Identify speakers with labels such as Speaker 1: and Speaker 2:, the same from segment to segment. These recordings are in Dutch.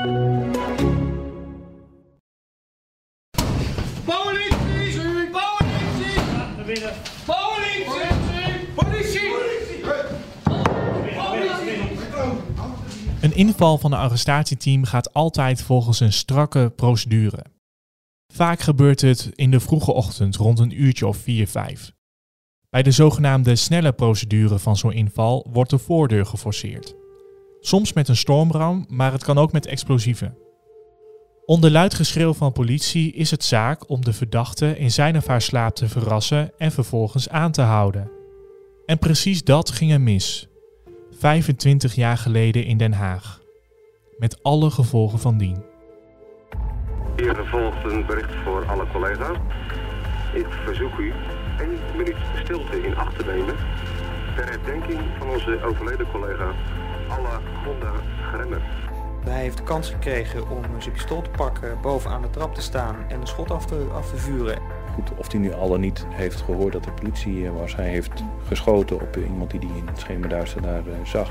Speaker 1: Een inval van een arrestatieteam gaat altijd volgens een strakke procedure. Vaak gebeurt het in de vroege ochtend rond een uurtje of 4, 5. Bij de zogenaamde snelle procedure van zo'n inval wordt de voordeur geforceerd. Soms met een stormram, maar het kan ook met explosieven. Onder luid geschreeuw van politie is het zaak om de verdachte in zijn of haar slaap te verrassen en vervolgens aan te houden. En precies dat ging er mis. 25 jaar geleden in Den Haag. Met alle gevolgen van dien.
Speaker 2: Hier volgt een bericht voor alle collega's. Ik verzoek u 1 minuut stilte in acht te nemen ter herdenking van onze overleden collega Alla Gonda Gremmer.
Speaker 3: Hij heeft de kans gekregen om zijn pistool te pakken, bovenaan de trap te staan en een schot af te vuren.
Speaker 4: Goed, of hij nu al dan niet heeft gehoord dat er politie was. Hij heeft geschoten op iemand die in het schemerduister daar zag.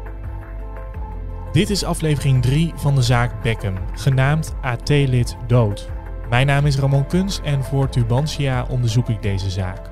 Speaker 1: Dit is aflevering 3 van de zaak Beckham, genaamd AT-lid dood. Mijn naam is Ramon Kunz en voor Tubantia onderzoek ik deze zaak.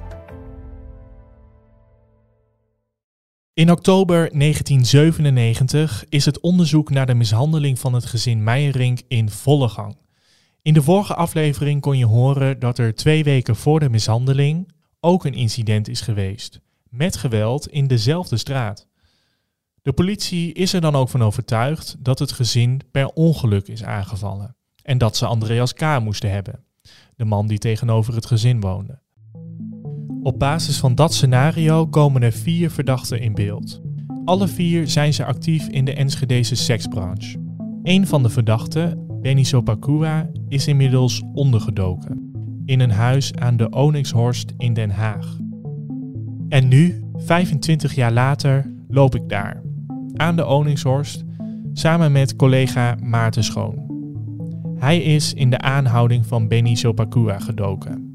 Speaker 1: In oktober 1997 is het onderzoek naar de mishandeling van het gezin Meijerink in volle gang. In de vorige aflevering kon je horen dat er 2 weken voor de mishandeling ook een incident is geweest, met geweld in dezelfde straat. De politie is er dan ook van overtuigd dat het gezin per ongeluk is aangevallen en dat ze Andreas K. moesten hebben, de man die tegenover het gezin woonde. Op basis van dat scenario komen er 4 verdachten in beeld. Alle 4 zijn ze actief in de Enschedese seksbranche. Eén van de verdachten, Benny Sopakua, is inmiddels ondergedoken in een huis aan de Onyxhorst in Den Haag. En nu, 25 jaar later, loop ik daar, aan de Onyxhorst, samen met collega Maarten Schoon. Hij is in de aanhouding van Benny Sopakua gedoken.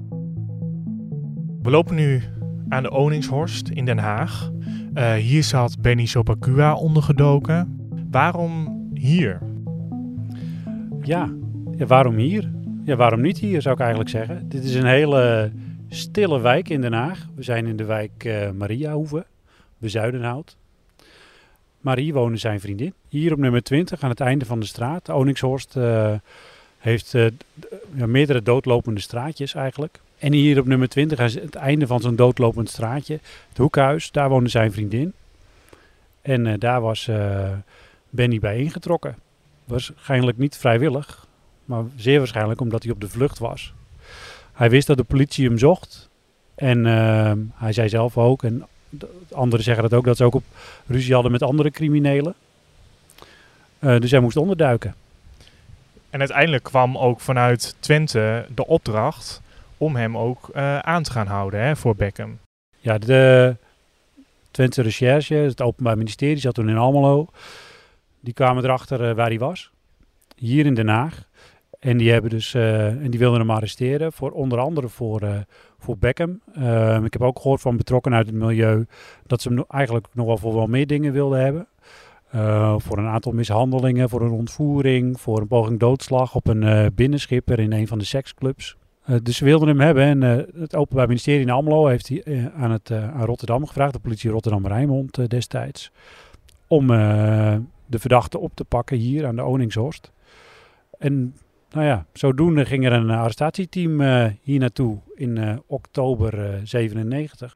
Speaker 1: We lopen nu aan de Onyxhorst in Den Haag. Hier zat Benny Sopakua ondergedoken. Waarom hier?
Speaker 5: Ja, waarom hier? Ja, waarom niet hier, zou ik eigenlijk zeggen. Dit is een hele stille wijk in Den Haag. We zijn in de wijk Mariahoeve, Bezuidenhout. Maar hier woonde zijn vriendin. Hier op nummer 20, aan het einde van de straat. De Onyxhorst heeft meerdere doodlopende straatjes eigenlijk. En hier op nummer 20, aan het einde van zo'n doodlopend straatje, het hoekhuis, daar woonde zijn vriendin. En daar was Benny bij ingetrokken. Waarschijnlijk niet vrijwillig, maar zeer waarschijnlijk omdat hij op de vlucht was. Hij wist dat de politie hem zocht. En hij zei zelf ook, en anderen zeggen dat ook, dat ze ook op ruzie hadden met andere criminelen. Dus hij moest onderduiken.
Speaker 1: En uiteindelijk kwam ook vanuit Twente de opdracht om hem ook aan te gaan houden, hè, voor Beckham.
Speaker 5: Ja, de Twentse Recherche, het Openbaar Ministerie, zat toen in Almelo. Die kwamen erachter waar hij was, hier in Den Haag. En die hebben dus die wilden hem arresteren, onder andere voor Beckham. Ik heb ook gehoord van betrokkenen uit het milieu dat ze hem eigenlijk nog wel meer dingen wilden hebben. Voor een aantal mishandelingen, voor een ontvoering, voor een poging doodslag op een binnenschipper in een van de seksclubs. Dus ze wilden hem hebben en het Openbaar Ministerie in Almelo heeft aan Rotterdam gevraagd, de politie Rotterdam-Rijnmond destijds, om de verdachte op te pakken hier aan de Onyxhorst. En nou ja, zodoende ging er een arrestatieteam hier naartoe in oktober 1997.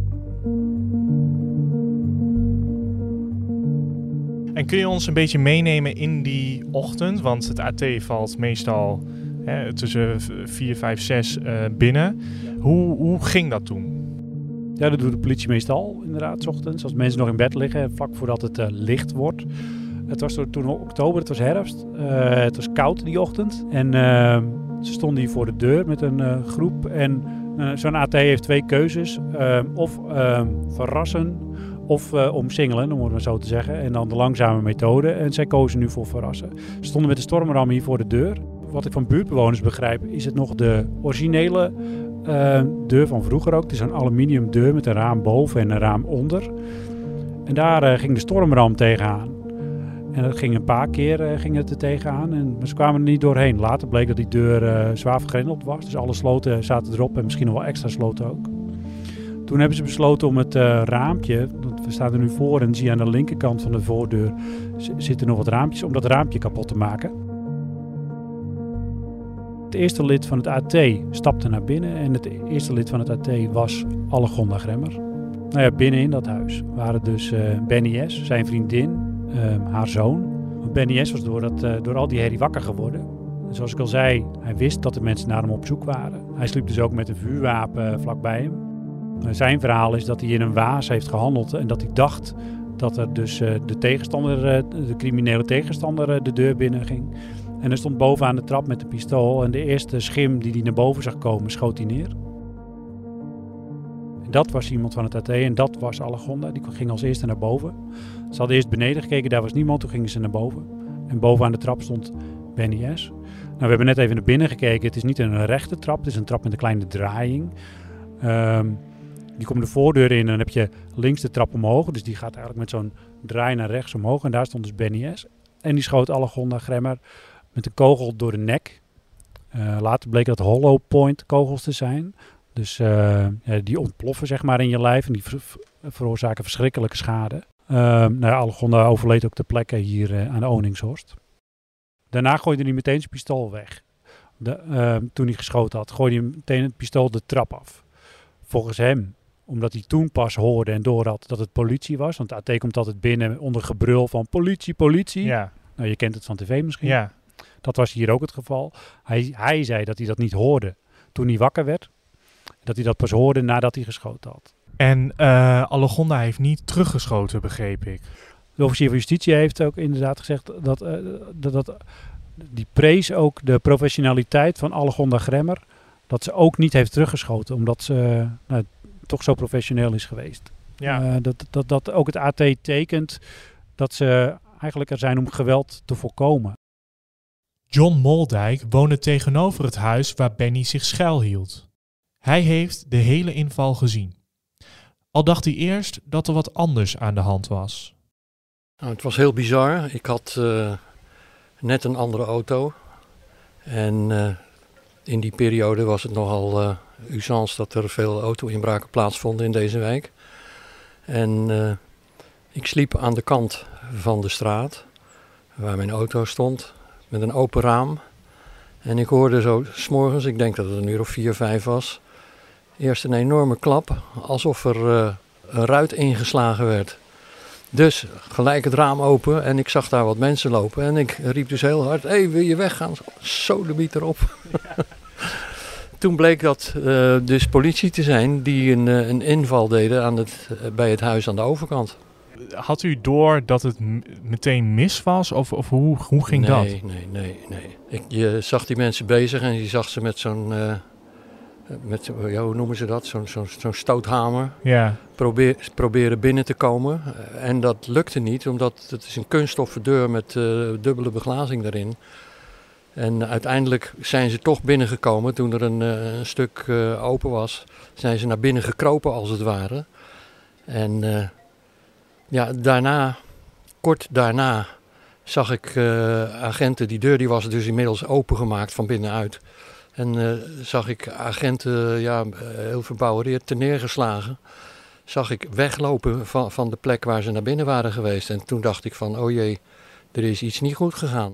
Speaker 1: En kun je ons een beetje meenemen in die ochtend? Want het AT valt meestal tussen 4, 5, 6 binnen. Hoe ging dat toen?
Speaker 5: Ja, dat doet de politie meestal inderdaad, 's ochtends. Als mensen nog in bed liggen, vlak voordat het licht wordt. Het was toen oktober, het was herfst. Het was koud die ochtend. En ze stonden hier voor de deur met een groep. En zo'n AT heeft 2 keuzes. Of verrassen of omsingelen, om het maar zo te zeggen. En dan de langzame methode. En zij kozen nu voor verrassen. Ze stonden met de stormram hier voor de deur. Wat ik van buurtbewoners begrijp, is het nog de originele deur van vroeger ook. Het is een aluminium deur met een raam boven en een raam onder. En daar ging de stormram tegenaan. En dat ging een paar keer ging het er tegenaan. Maar ze kwamen er niet doorheen. Later bleek dat die deur zwaar vergrendeld was. Dus alle sloten zaten erop en misschien nog wel extra sloten ook. Toen hebben ze besloten om het raampje, want we staan er nu voor en zie je aan de linkerkant van de voordeur zitten nog wat raampjes, om dat raampje kapot te maken. Het eerste lid van het AT stapte naar binnen en het eerste lid van het AT was Allegonda Gremmer. Nou ja, binnen in dat huis waren dus Benny S., zijn vriendin, haar zoon. Benny S. was door al die herrie wakker geworden. En zoals ik al zei, hij wist dat de mensen naar hem op zoek waren. Hij sliep dus ook met een vuurwapen vlakbij hem. Zijn verhaal is dat hij in een waas heeft gehandeld en dat hij dacht dat er dus de criminele tegenstander de deur binnen ging. En hij stond bovenaan de trap met een pistool en de eerste schim die hij naar boven zag komen, schoot hij neer. En dat was iemand van het AT en dat was Allegonda. Die ging als eerste naar boven. Ze hadden eerst beneden gekeken, daar was niemand, toen gingen ze naar boven. En bovenaan de trap stond Benny S. Nou, we hebben net even naar binnen gekeken. Het is niet een rechte trap, het is een trap met een kleine draaiing. Die komt de voordeur in en dan heb je links de trap omhoog. Dus die gaat eigenlijk met zo'n draai naar rechts omhoog. En daar stond dus Benny S. En die schoot Allegonda Gremmer met een kogel door de nek. Later bleek dat hollow point kogels te zijn. Dus die ontploffen zeg maar in je lijf en die veroorzaken verschrikkelijke schade. Allegonda overleed ook ter plekke hier aan de Oningshorst. Daarna gooide hij meteen zijn pistool weg. Toen hij geschoten had, gooide hij meteen het pistool de trap af. Volgens hem, omdat hij toen pas hoorde en door had dat het politie was. Want de AT komt altijd binnen onder gebrul van politie, politie.
Speaker 1: Ja.
Speaker 5: Nou, je kent het van tv misschien.
Speaker 1: Ja.
Speaker 5: Dat was hier ook het geval. Hij zei dat hij dat niet hoorde toen hij wakker werd. Dat hij dat pas hoorde nadat hij geschoten had.
Speaker 1: En Allegonda heeft niet teruggeschoten, begreep ik.
Speaker 5: De officier van justitie heeft ook inderdaad gezegd dat die prees ook de professionaliteit van Allegonda Gremmer. Dat ze ook niet heeft teruggeschoten, omdat ze toch zo professioneel is geweest.
Speaker 1: Ja.
Speaker 5: Dat ook het AT tekent dat ze eigenlijk er zijn om geweld te voorkomen.
Speaker 1: John Moldijk woonde tegenover het huis waar Benny zich schuilhield. Hij heeft de hele inval gezien. Al dacht hij eerst dat er wat anders aan de hand was.
Speaker 6: Nou, het was heel bizar. Ik had net een andere auto. En in die periode was het nogal usance dat er veel auto-inbraken plaatsvonden in deze wijk. En ik sliep aan de kant van de straat, waar mijn auto stond, met een open raam. En ik hoorde zo 's morgens, ik denk dat het een uur of 4, 5 was, eerst een enorme klap, alsof er een ruit ingeslagen werd. Dus gelijk het raam open en ik zag daar wat mensen lopen en ik riep dus heel hard, hé, wil je weggaan? Sodemiet erop. Ja. Toen bleek dat dus politie te zijn die een inval deden bij het huis aan de overkant.
Speaker 1: Had u door dat het meteen mis was of hoe ging dat?
Speaker 6: Nee. Je zag die mensen bezig en je zag ze met zo'n, hoe noemen ze dat? Zo'n stoothamer.
Speaker 1: Ja.
Speaker 6: Proberen binnen te komen. En dat lukte niet, omdat het is een kunststoffen deur met dubbele beglazing erin. En uiteindelijk zijn ze toch binnengekomen toen er een stuk open was. Zijn ze naar binnen gekropen als het ware. En kort daarna zag ik agenten, die deur die was dus inmiddels opengemaakt van binnenuit. En zag ik agenten heel verbouwereerd terneergeslagen. Zag ik weglopen van de plek waar ze naar binnen waren geweest. En toen dacht ik van, oh jee, er is iets niet goed gegaan.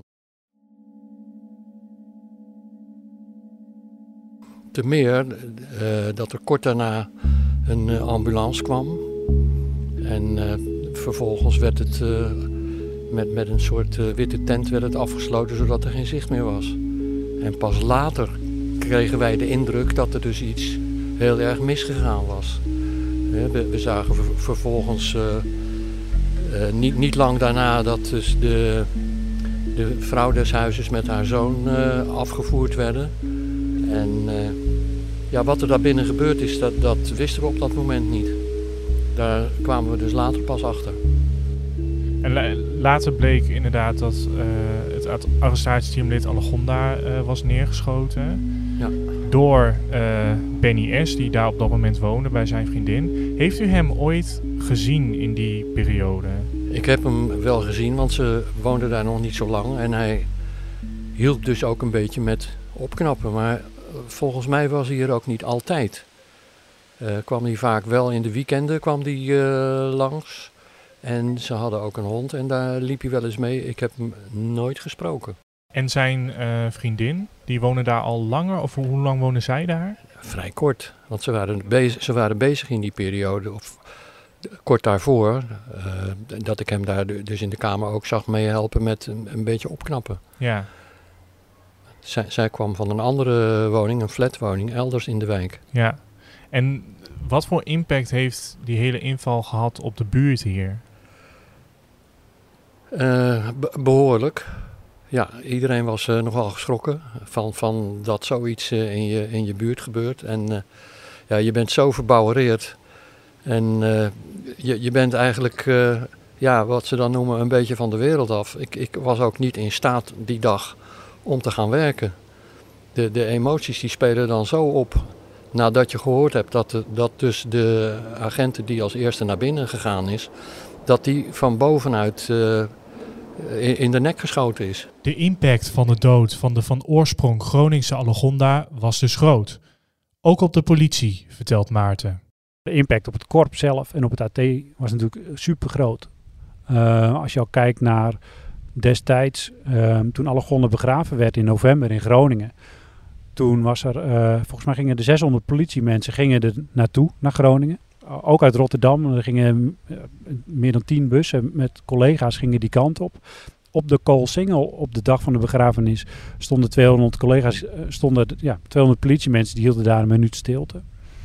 Speaker 6: Te meer dat er kort daarna een ambulance kwam. En vervolgens werd het met een soort witte tent werd het afgesloten, zodat er geen zicht meer was. En pas later kregen wij de indruk dat er dus iets heel erg misgegaan was. We zagen vervolgens niet lang daarna dat dus de vrouw des huizes met haar zoon afgevoerd werden. En wat er daarbinnen gebeurd is, dat wisten we op dat moment niet. Daar kwamen we dus later pas achter.
Speaker 1: En later bleek inderdaad dat het arrestatieteamlid Allegonda was neergeschoten.
Speaker 6: Ja.
Speaker 1: Door Benny S., die daar op dat moment woonde bij zijn vriendin. Heeft u hem ooit gezien in die periode?
Speaker 6: Ik heb hem wel gezien, want ze woonden daar nog niet zo lang. En hij hielp dus ook een beetje met opknappen. Maar volgens mij was hij hier ook niet altijd. Kwam hij vaak wel in de weekenden langs. En ze hadden ook een hond en daar liep hij wel eens mee. Ik heb hem nooit gesproken.
Speaker 1: En zijn vriendin, die wonen daar al langer? Of hoe lang wonen zij daar?
Speaker 6: Vrij kort, want ze waren bezig in die periode. Of kort daarvoor, dat ik hem daar dus in de kamer ook zag meehelpen met een beetje opknappen.
Speaker 1: Ja.
Speaker 6: Zij kwam van een andere woning, een flatwoning, elders in de wijk.
Speaker 1: Ja. En wat voor impact heeft die hele inval gehad op de buurt hier?
Speaker 6: Behoorlijk. Ja, iedereen was nogal geschrokken van dat zoiets in je buurt gebeurt. En je bent zo verbouwereerd. En je bent eigenlijk, wat ze dan noemen, een beetje van de wereld af. Ik was ook niet in staat die dag om te gaan werken. De emoties die spelen dan zo op. Nadat je gehoord hebt dat dus de agenten die als eerste naar binnen gegaan is, dat die van bovenuit in de nek geschoten is.
Speaker 1: De impact van de dood van de van oorsprong Groningse Allegonda was dus groot. Ook op de politie, vertelt Maarten.
Speaker 5: De impact op het korps zelf en op het AT was natuurlijk super groot. Als je al kijkt naar destijds, toen Allegonda begraven werd in november in Groningen. Toen was er, volgens mij gingen er 600 politiemensen er naartoe, naar Groningen. Ook uit Rotterdam. Er gingen meer dan 10 bussen met collega's gingen die kant op. Op de Koolsingel op de dag van de begrafenis stonden 200 collega's, 200 politiemensen die hielden daar een minuut stilte.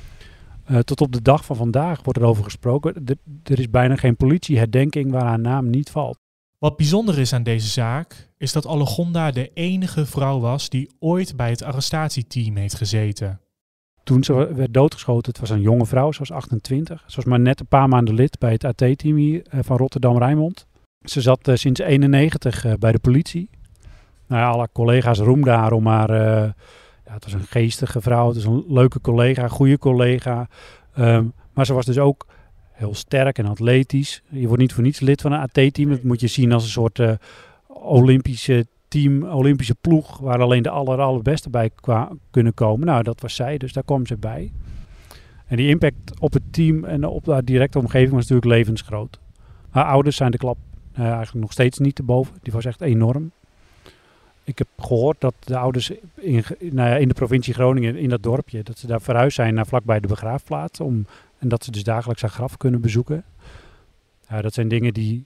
Speaker 5: Tot op de dag van vandaag wordt er over gesproken. Er is bijna geen politieherdenking waar haar naam niet valt.
Speaker 1: Wat bijzonder is aan deze zaak, is dat Allegonda de enige vrouw was die ooit bij het arrestatieteam heeft gezeten.
Speaker 5: Toen ze werd doodgeschoten, het was een jonge vrouw, ze was 28. Ze was maar net een paar maanden lid bij het AT-team hier van Rotterdam-Rijnmond. Ze zat sinds 1991 bij de politie. Nou ja, alle collega's roemden haar om haar... het was een geestige vrouw, het was een leuke collega, goede collega. Maar ze was dus ook heel sterk en atletisch. Je wordt niet voor niets lid van een AT-team. Dat moet je zien als een soort Olympische team, Olympische ploeg, waar alleen de allerbeste bij kunnen komen. Nou, dat was zij, dus daar kwam ze bij. En die impact op het team en op haar directe omgeving was natuurlijk levensgroot. Haar ouders zijn de klap eigenlijk nog steeds niet te boven. Die was echt enorm. Ik heb gehoord dat de ouders in de provincie Groningen, in dat dorpje, dat ze daar verhuisd zijn naar vlakbij de begraafplaats. En dat ze dus dagelijks haar graf kunnen bezoeken. Dat zijn dingen die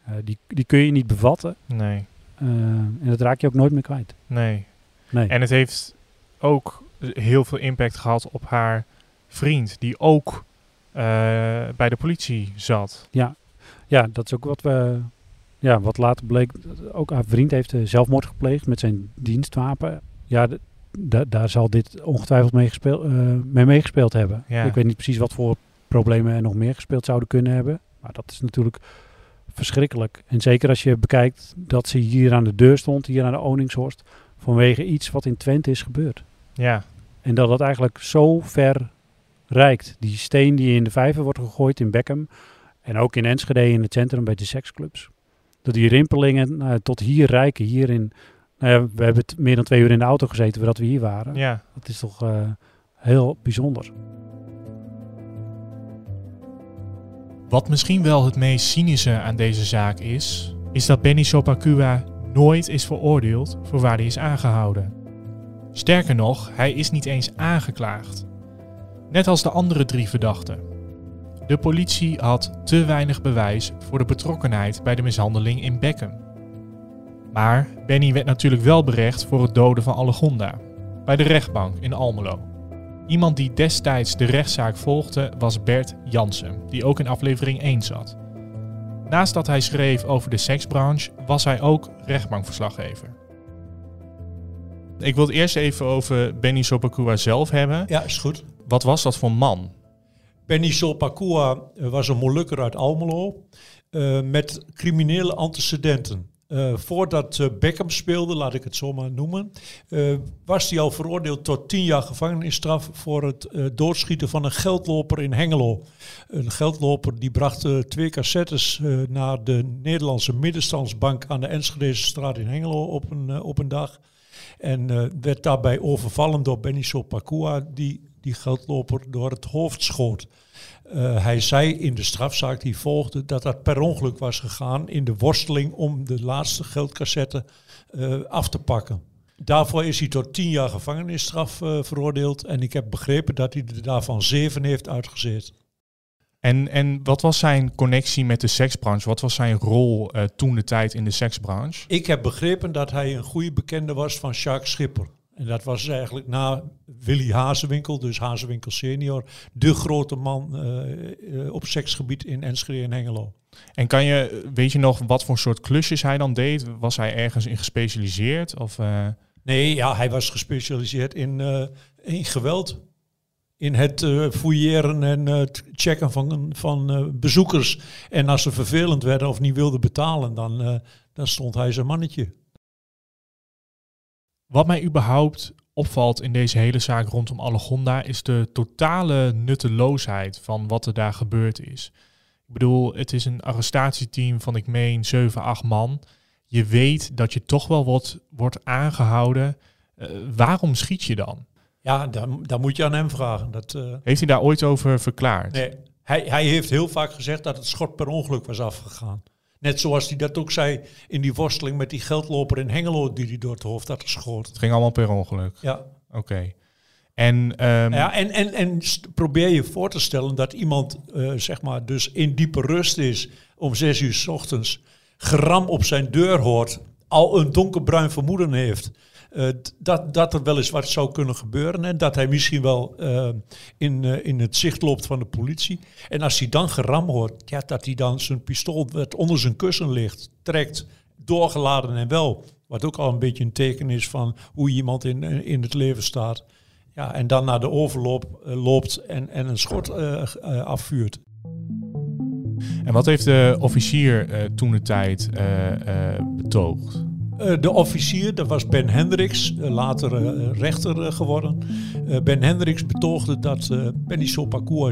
Speaker 5: kun je niet bevatten.
Speaker 1: Nee.
Speaker 5: En dat raak je ook nooit meer kwijt.
Speaker 1: Nee. En het heeft ook heel veel impact gehad op haar vriend, die ook bij de politie zat.
Speaker 5: Ja, dat is ook wat we... Ja, wat later bleek, ook haar vriend heeft zelfmoord gepleegd met zijn dienstwapen. Ja, daar zal dit ongetwijfeld mee meegespeeld hebben.
Speaker 1: Ja.
Speaker 5: Ik weet niet precies wat voor problemen er nog meer gespeeld zouden kunnen hebben. Maar dat is natuurlijk verschrikkelijk. En zeker als je bekijkt dat ze hier aan de deur stond, hier aan de Oningshorst, vanwege iets wat in Twente is gebeurd.
Speaker 1: Ja.
Speaker 5: En dat dat eigenlijk zo ver reikt. Die steen die in de vijver wordt gegooid in Beckham en ook in Enschede in het centrum bij de seksclubs. Dat die rimpelingen tot hier reiken. We hebben het meer dan 2 uur in de auto gezeten voordat we hier waren.
Speaker 1: Ja.
Speaker 5: Dat is toch heel bijzonder.
Speaker 1: Wat misschien wel het meest cynische aan deze zaak is dat Benny Sopakua nooit is veroordeeld voor waar hij is aangehouden. Sterker nog, hij is niet eens aangeklaagd. Net als de andere 3 verdachten. De politie had te weinig bewijs voor de betrokkenheid bij de mishandeling in Beckham. Maar Benny werd natuurlijk wel berecht voor het doden van Allegonda, bij de rechtbank in Almelo. Iemand die destijds de rechtszaak volgde was Bert Jansen, die ook in aflevering 1 zat. Naast dat hij schreef over de seksbranche, was hij ook rechtbankverslaggever. Ik wil het eerst even over Benny Sopakua zelf hebben.
Speaker 7: Ja, is goed.
Speaker 1: Wat was dat voor man?
Speaker 7: Benny Sopakua was een Molukker uit Almelo met criminele antecedenten. Voordat Beckham speelde, laat ik het zo maar noemen, was hij al veroordeeld tot 10 jaar gevangenisstraf voor het doodschieten van een geldloper in Hengelo. Een geldloper die bracht 2 cassettes naar de Nederlandse middenstandsbank aan de Enschedestraat in Hengelo op een dag. En werd daarbij overvallen door Benny Sopakua, die geldloper door het hoofd schoot. Hij zei in de strafzaak die volgde dat per ongeluk was gegaan in de worsteling om de laatste geldcassette af te pakken. Daarvoor is hij tot 10 jaar gevangenisstraf veroordeeld en ik heb begrepen dat hij er daarvan 7 heeft uitgezet.
Speaker 1: En wat was zijn connectie met de seksbranche? Wat was zijn rol toen de tijd in de seksbranche?
Speaker 7: Ik heb begrepen dat hij een goede bekende was van Sjaak Schipper. En dat was eigenlijk na Willy Hazewinkel, dus Hazewinkel senior, de grote man op seksgebied in Enschede en Hengelo.
Speaker 1: En weet je nog wat voor soort klusjes hij dan deed? Was hij ergens in gespecialiseerd?
Speaker 7: Nee, ja, hij was gespecialiseerd in geweld. In het fouilleren en het checken van bezoekers. En als ze vervelend werden of niet wilden betalen, dan stond hij zijn mannetje.
Speaker 1: Wat mij überhaupt opvalt in deze hele zaak rondom Alegonda is de totale nutteloosheid van wat er daar gebeurd is. Ik bedoel, het is een arrestatieteam van, ik meen, 7, 8 man. Je weet dat je toch wel wordt aangehouden. Waarom schiet je dan?
Speaker 7: Ja, dan moet je aan hem vragen.
Speaker 1: Heeft hij daar ooit over verklaard?
Speaker 7: Nee, hij heeft heel vaak gezegd dat het schot per ongeluk was afgegaan. Net zoals hij dat ook zei in die worsteling met die geldloper in Hengelo die hij door het hoofd had geschoten.
Speaker 1: Het ging allemaal per ongeluk?
Speaker 7: Ja.
Speaker 1: Oké. En
Speaker 7: probeer je voor te stellen dat iemand zeg maar dus in diepe rust is om 6 uur 's ochtends, geram op zijn deur hoort, al een donkerbruin vermoeden heeft dat er wel eens wat zou kunnen gebeuren en dat hij misschien wel in het zicht loopt van de politie. En als hij dan geram hoort, ja, dat hij dan zijn pistool dat onder zijn kussen ligt, trekt, doorgeladen en wel. Wat ook al een beetje een teken is van hoe iemand in het leven staat. Ja, en dan naar de overloop loopt en een schot afvuurt.
Speaker 1: En wat heeft de officier toen de tijd betoogd?
Speaker 7: De officier, dat was Ben Hendricks, later rechter geworden. Ben Hendricks betoogde dat Benny Sopakua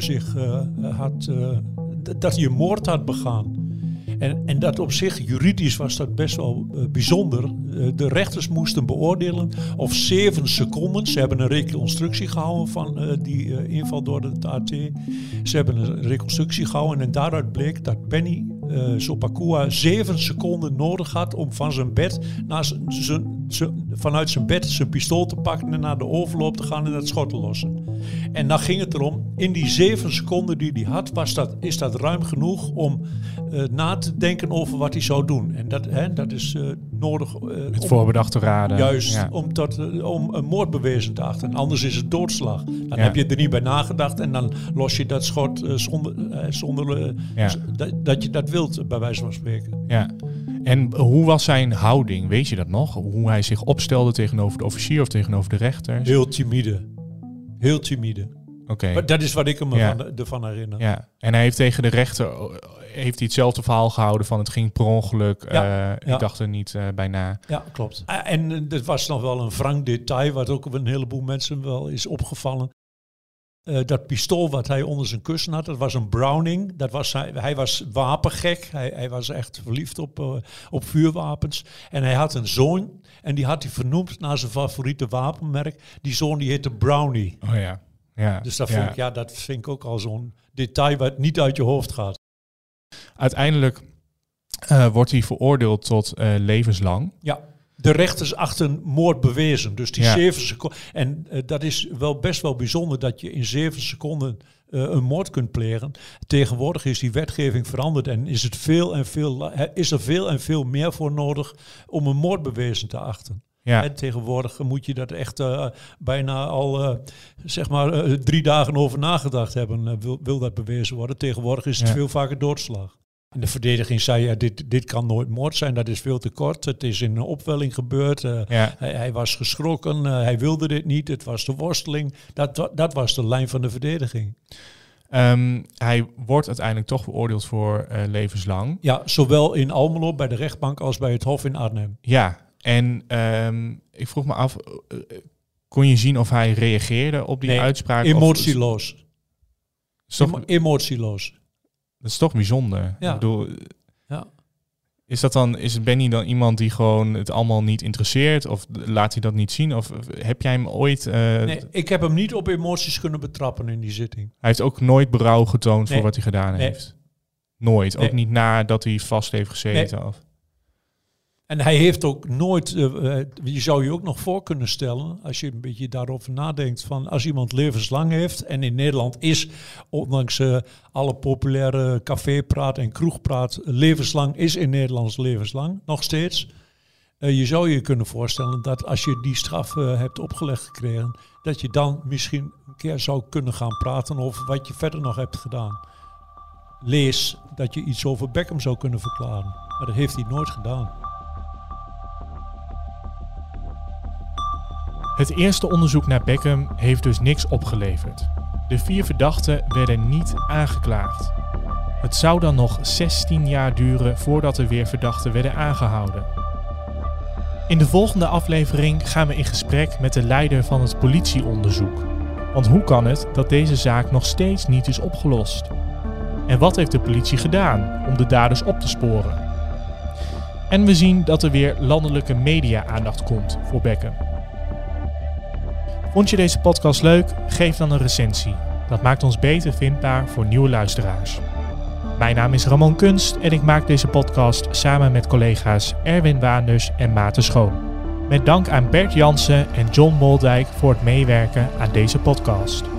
Speaker 7: dat hij een moord had begaan. En dat op zich, juridisch was dat best wel bijzonder. De rechters moesten beoordelen of 7 seconden... Ze hebben een reconstructie gehouden van die inval door het AT. Ze hebben een reconstructie gehouden en daaruit bleek dat Benny Sopakua 7 seconden nodig had om van zijn bed vanuit zijn bed zijn pistool te pakken en naar de overloop te gaan en dat schot te lossen. En dan ging het erom, in die 7 seconden die hij had, is dat ruim genoeg om na te denken over wat hij zou doen. En dat is nodig.
Speaker 1: Met voorbedachte raden.
Speaker 7: Juist, ja. Om een moord bewezen te achten. Anders is het doodslag. Dan heb je er niet bij nagedacht en dan los je dat schot zonder dat je dat wilt, bij wijze van spreken.
Speaker 1: Ja. En hoe was zijn houding? Weet je dat nog? Hoe hij zich opstelde tegenover de officier of tegenover de rechters?
Speaker 7: Heel timide. Heel timide.
Speaker 1: Oké.
Speaker 7: Maar dat is wat ik me ervan herinner.
Speaker 1: Ja. En hij heeft tegen de rechter heeft hij hetzelfde verhaal gehouden van het ging per ongeluk. Ik dacht er niet bij na.
Speaker 7: Ja, klopt. En dat was nog wel een wrang detail, wat ook op een heleboel mensen wel is opgevallen. Dat pistool wat hij onder zijn kussen had, dat was een Browning. Hij was wapengek. Hij was echt verliefd op vuurwapens. En hij had een zoon en die had hij vernoemd naar zijn favoriete wapenmerk. Die zoon die heette Brownie.
Speaker 1: Oh ja. Ja.
Speaker 7: Dus dat vind ik ook al zo'n detail wat niet uit je hoofd gaat.
Speaker 1: Uiteindelijk wordt hij veroordeeld tot levenslang.
Speaker 7: Ja. De rechters achten moord bewezen. Dus die 7 seconden. En dat is wel best wel bijzonder dat je in 7 seconden een moord kunt plegen. Tegenwoordig is die wetgeving veranderd en is er veel en veel meer voor nodig om een moord bewezen te achten. Ja. En tegenwoordig moet je dat echt bijna al 3 dagen over nagedacht hebben. Wil dat bewezen worden? Tegenwoordig is het veel vaker doodslag. En de verdediging zei, dit kan nooit moord zijn, dat is veel te kort. Het is in een opwelling gebeurd. Hij was geschrokken, hij wilde dit niet, het was de worsteling. Dat was de lijn van de verdediging.
Speaker 1: Hij wordt uiteindelijk toch veroordeeld voor levenslang.
Speaker 7: Ja, zowel in Almelo bij de rechtbank als bij het Hof in Arnhem.
Speaker 1: Ja, en ik vroeg me af, kon je zien of hij reageerde op die uitspraak?
Speaker 7: Emotieloos.
Speaker 1: Emotieloos. Dat is toch bijzonder.
Speaker 7: Ja.
Speaker 1: Ik bedoel,
Speaker 7: ja.
Speaker 1: Is Benny dan iemand die gewoon het allemaal niet interesseert? Of laat hij dat niet zien? Of heb jij hem ooit...
Speaker 7: Nee, ik heb hem niet op emoties kunnen betrappen in die zitting.
Speaker 1: Hij heeft ook nooit berouw getoond voor wat hij gedaan heeft? Nooit? Ook niet nadat hij vast heeft gezeten? Of?
Speaker 7: En hij heeft ook nooit... je zou je ook nog voor kunnen stellen, als je een beetje daarover nadenkt, van als iemand levenslang heeft, en in Nederland is, ondanks alle populaire cafépraat en kroegpraat, levenslang is in Nederland levenslang, nog steeds. Je zou je kunnen voorstellen dat als je die straf hebt opgelegd gekregen, dat je dan misschien een keer zou kunnen gaan praten over wat je verder nog hebt gedaan. Lees dat je iets over Beckham zou kunnen verklaren. Maar dat heeft hij nooit gedaan.
Speaker 1: Het eerste onderzoek naar Beckham heeft dus niks opgeleverd. De 4 verdachten werden niet aangeklaagd. Het zou dan nog 16 jaar duren voordat er weer verdachten werden aangehouden. In de volgende aflevering gaan we in gesprek met de leider van het politieonderzoek. Want hoe kan het dat deze zaak nog steeds niet is opgelost? En wat heeft de politie gedaan om de daders op te sporen? En we zien dat er weer landelijke media-aandacht komt voor Beckham. Vond je deze podcast leuk? Geef dan een recensie. Dat maakt ons beter vindbaar voor nieuwe luisteraars. Mijn naam is Ramon Kunst en ik maak deze podcast samen met collega's Erwin Waanders en Maarten Schoon. Met dank aan Bert Jansen en John Moldijk voor het meewerken aan deze podcast.